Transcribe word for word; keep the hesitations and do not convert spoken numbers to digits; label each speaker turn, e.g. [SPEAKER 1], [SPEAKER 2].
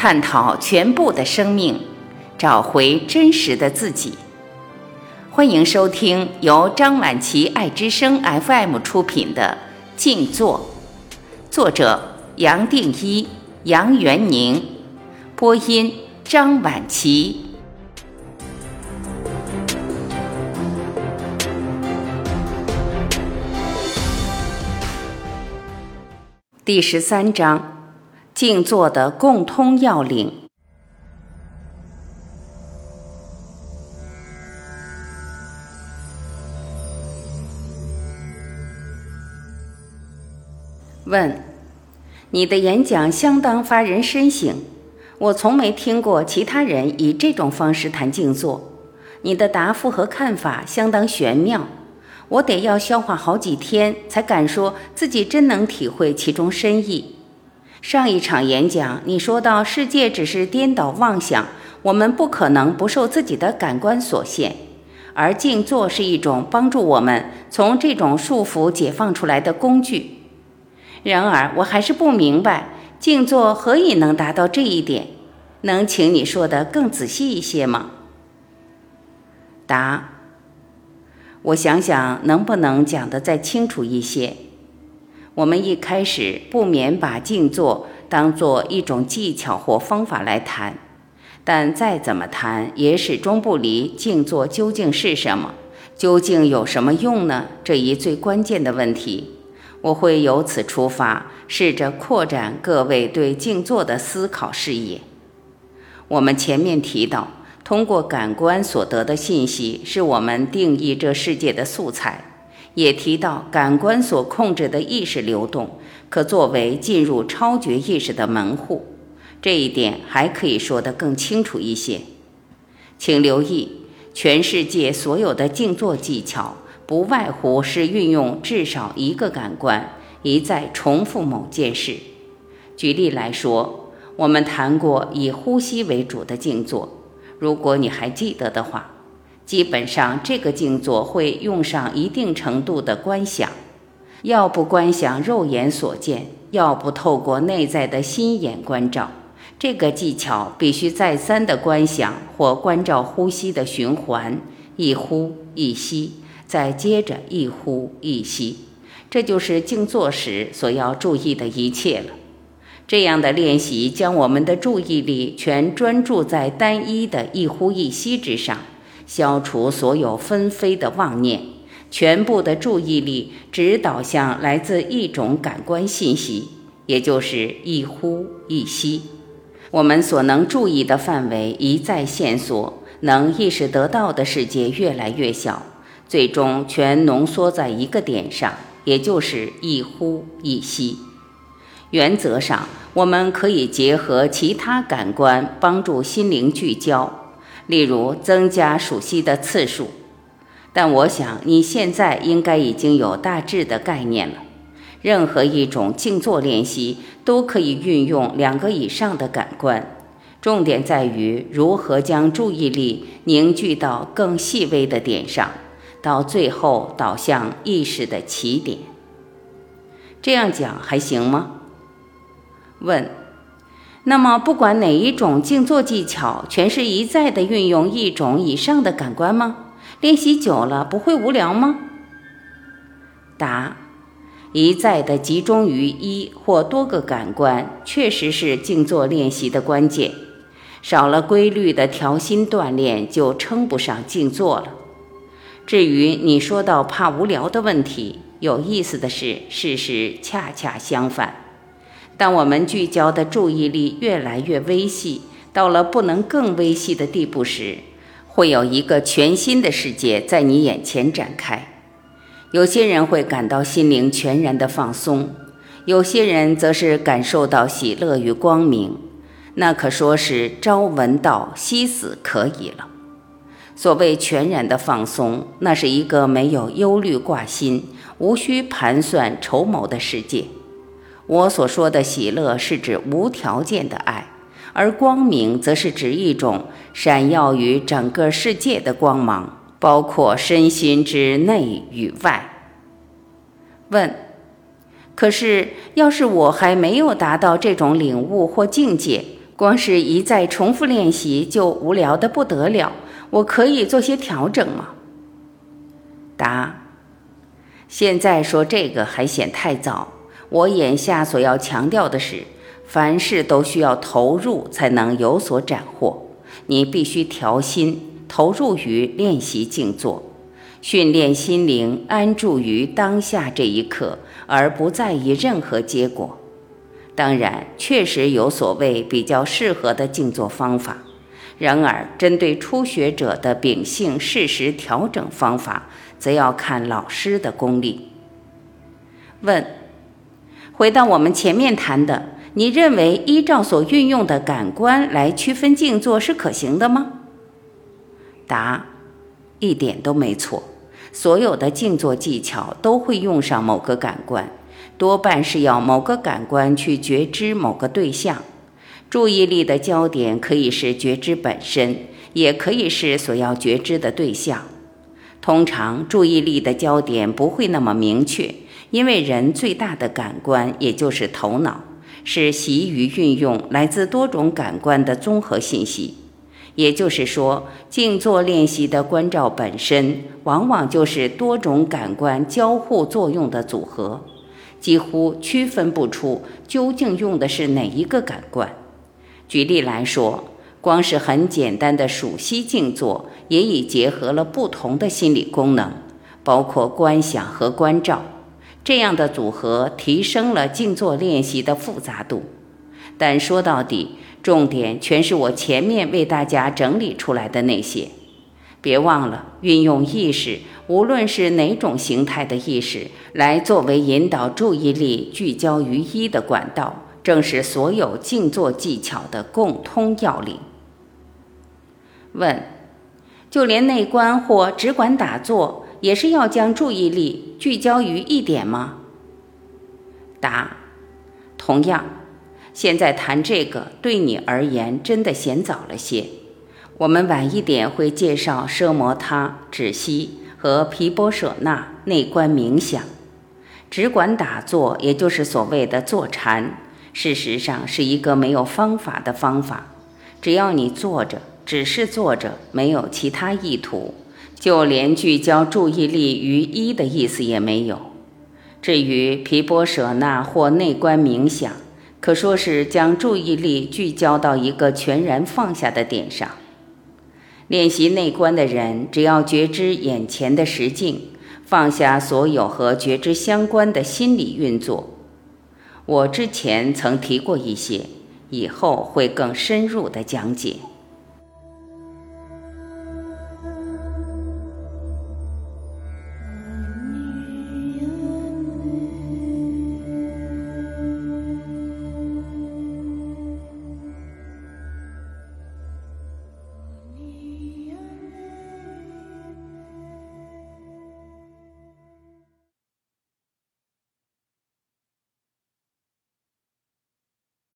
[SPEAKER 1] 探讨全部的生命，找回真实的自己。欢迎收听由张晚琪爱之声 F M 出品的静坐，作者杨定一、杨元宁，播音张晚琪。第十三章，静坐的共通要领。问：你的演讲相当发人深省，我从没听过其他人以这种方式谈静坐。你的答复和看法相当玄妙，我得要消化好几天才敢说自己真能体会其中深意。上一场演讲你说到世界只是颠倒妄想，我们不可能不受自己的感官所限，而静坐是一种帮助我们从这种束缚解放出来的工具。然而我还是不明白静坐何以能达到这一点，能请你说得更仔细一些吗？答：我想想能不能讲得再清楚一些。我们一开始不免把静坐当作一种技巧或方法来谈，但再怎么谈也始终不离静坐究竟是什么，究竟有什么用呢？这一最关键的问题。我会由此出发，试着扩展各位对静坐的思考视野。我们前面提到，通过感官所得的信息是我们定义这世界的素材，也提到感官所控制的意识流动可作为进入超觉意识的门户。这一点还可以说得更清楚一些。请留意，全世界所有的静坐技巧不外乎是运用至少一个感官，一再重复某件事。举例来说，我们谈过以呼吸为主的静坐，如果你还记得的话，基本上这个静坐会用上一定程度的观想，要不观想肉眼所见，要不透过内在的心眼观照。这个技巧必须再三的观想或关照呼吸的循环，一呼一吸，再接着一呼一吸，这就是静坐时所要注意的一切了。这样的练习将我们的注意力全专注在单一的一呼一吸之上，消除所有纷飞的妄念，全部的注意力只导向来自一种感官信息，也就是一呼一吸。我们所能注意的范围一再线索，能意识得到的世界越来越小，最终全浓缩在一个点上，也就是一呼一吸。原则上，我们可以结合其他感官帮助心灵聚焦，例如增加数息的次数。但我想你现在应该已经有大致的概念了。任何一种静坐练习都可以运用两个以上的感官，重点在于如何将注意力凝聚到更细微的点上，到最后导向意识的起点。这样讲还行吗？问：那么不管哪一种静坐技巧，全是一再的运用一种以上的感官吗？练习久了不会无聊吗？答：一再的集中于一或多个感官，确实是静坐练习的关键。少了规律的调心锻炼，就称不上静坐了。至于你说到怕无聊的问题，有意思的是，事实恰恰相反。当我们聚焦的注意力越来越微细，到了不能更微细的地步时，会有一个全新的世界在你眼前展开。有些人会感到心灵全然的放松，有些人则是感受到喜乐与光明，那可说是朝闻道，夕死可以了。所谓全然的放松，那是一个没有忧虑挂心，无需盘算筹谋的世界。我所说的喜乐是指无条件的爱，而光明则是指一种闪耀于整个世界的光芒，包括身心之内与外。问：可是要是我还没有达到这种领悟或境界， 光是一再重复练习就无聊得不得了，我可以做些调整吗？答：现在说这个还显太早，我眼下所要强调的是，凡事都需要投入才能有所斩获，你必须调心，投入于练习静坐，训练心灵安住于当下这一刻，而不在意任何结果。当然，确实有所谓比较适合的静坐方法，然而针对初学者的秉性适时调整方法，则要看老师的功力。问：回到我们前面谈的，你认为依照所运用的感官来区分静坐是可行的吗？答：一点都没错。所有的静坐技巧都会用上某个感官，多半是要某个感官去觉知某个对象。注意力的焦点可以是觉知本身，也可以是所要觉知的对象。通常注意力的焦点不会那么明确，因为人最大的感官也就是头脑，是习于运用来自多种感官的综合信息。也就是说，静坐练习的关照本身往往就是多种感官交互作用的组合，几乎区分不出究竟用的是哪一个感官。举例来说，光是很简单的数息静坐也已结合了不同的心理功能，包括观想和关照，这样的组合提升了静坐练习的复杂度。但说到底，重点全是我前面为大家整理出来的那些。别忘了，运用意识，无论是哪种形态的意识，来作为引导注意力聚焦于一的管道，正是所有静坐技巧的共通要领。问：就连内观或只管打坐，也是要将注意力聚焦于一点吗？答：同样。现在谈这个对你而言真的嫌早了些，我们晚一点会介绍奢摩他、止息和毗波舍那内观冥想。只管打坐，也就是所谓的坐禅，事实上是一个没有方法的方法。只要你坐着，只是坐着，没有其他意图，就连聚焦注意力于一的意思也没有。至于毗波舍那或内观冥想，可说是将注意力聚焦到一个全然放下的点上。练习内观的人，只要觉知眼前的实境，放下所有和觉知相关的心理运作。我之前曾提过一些，以后会更深入的讲解。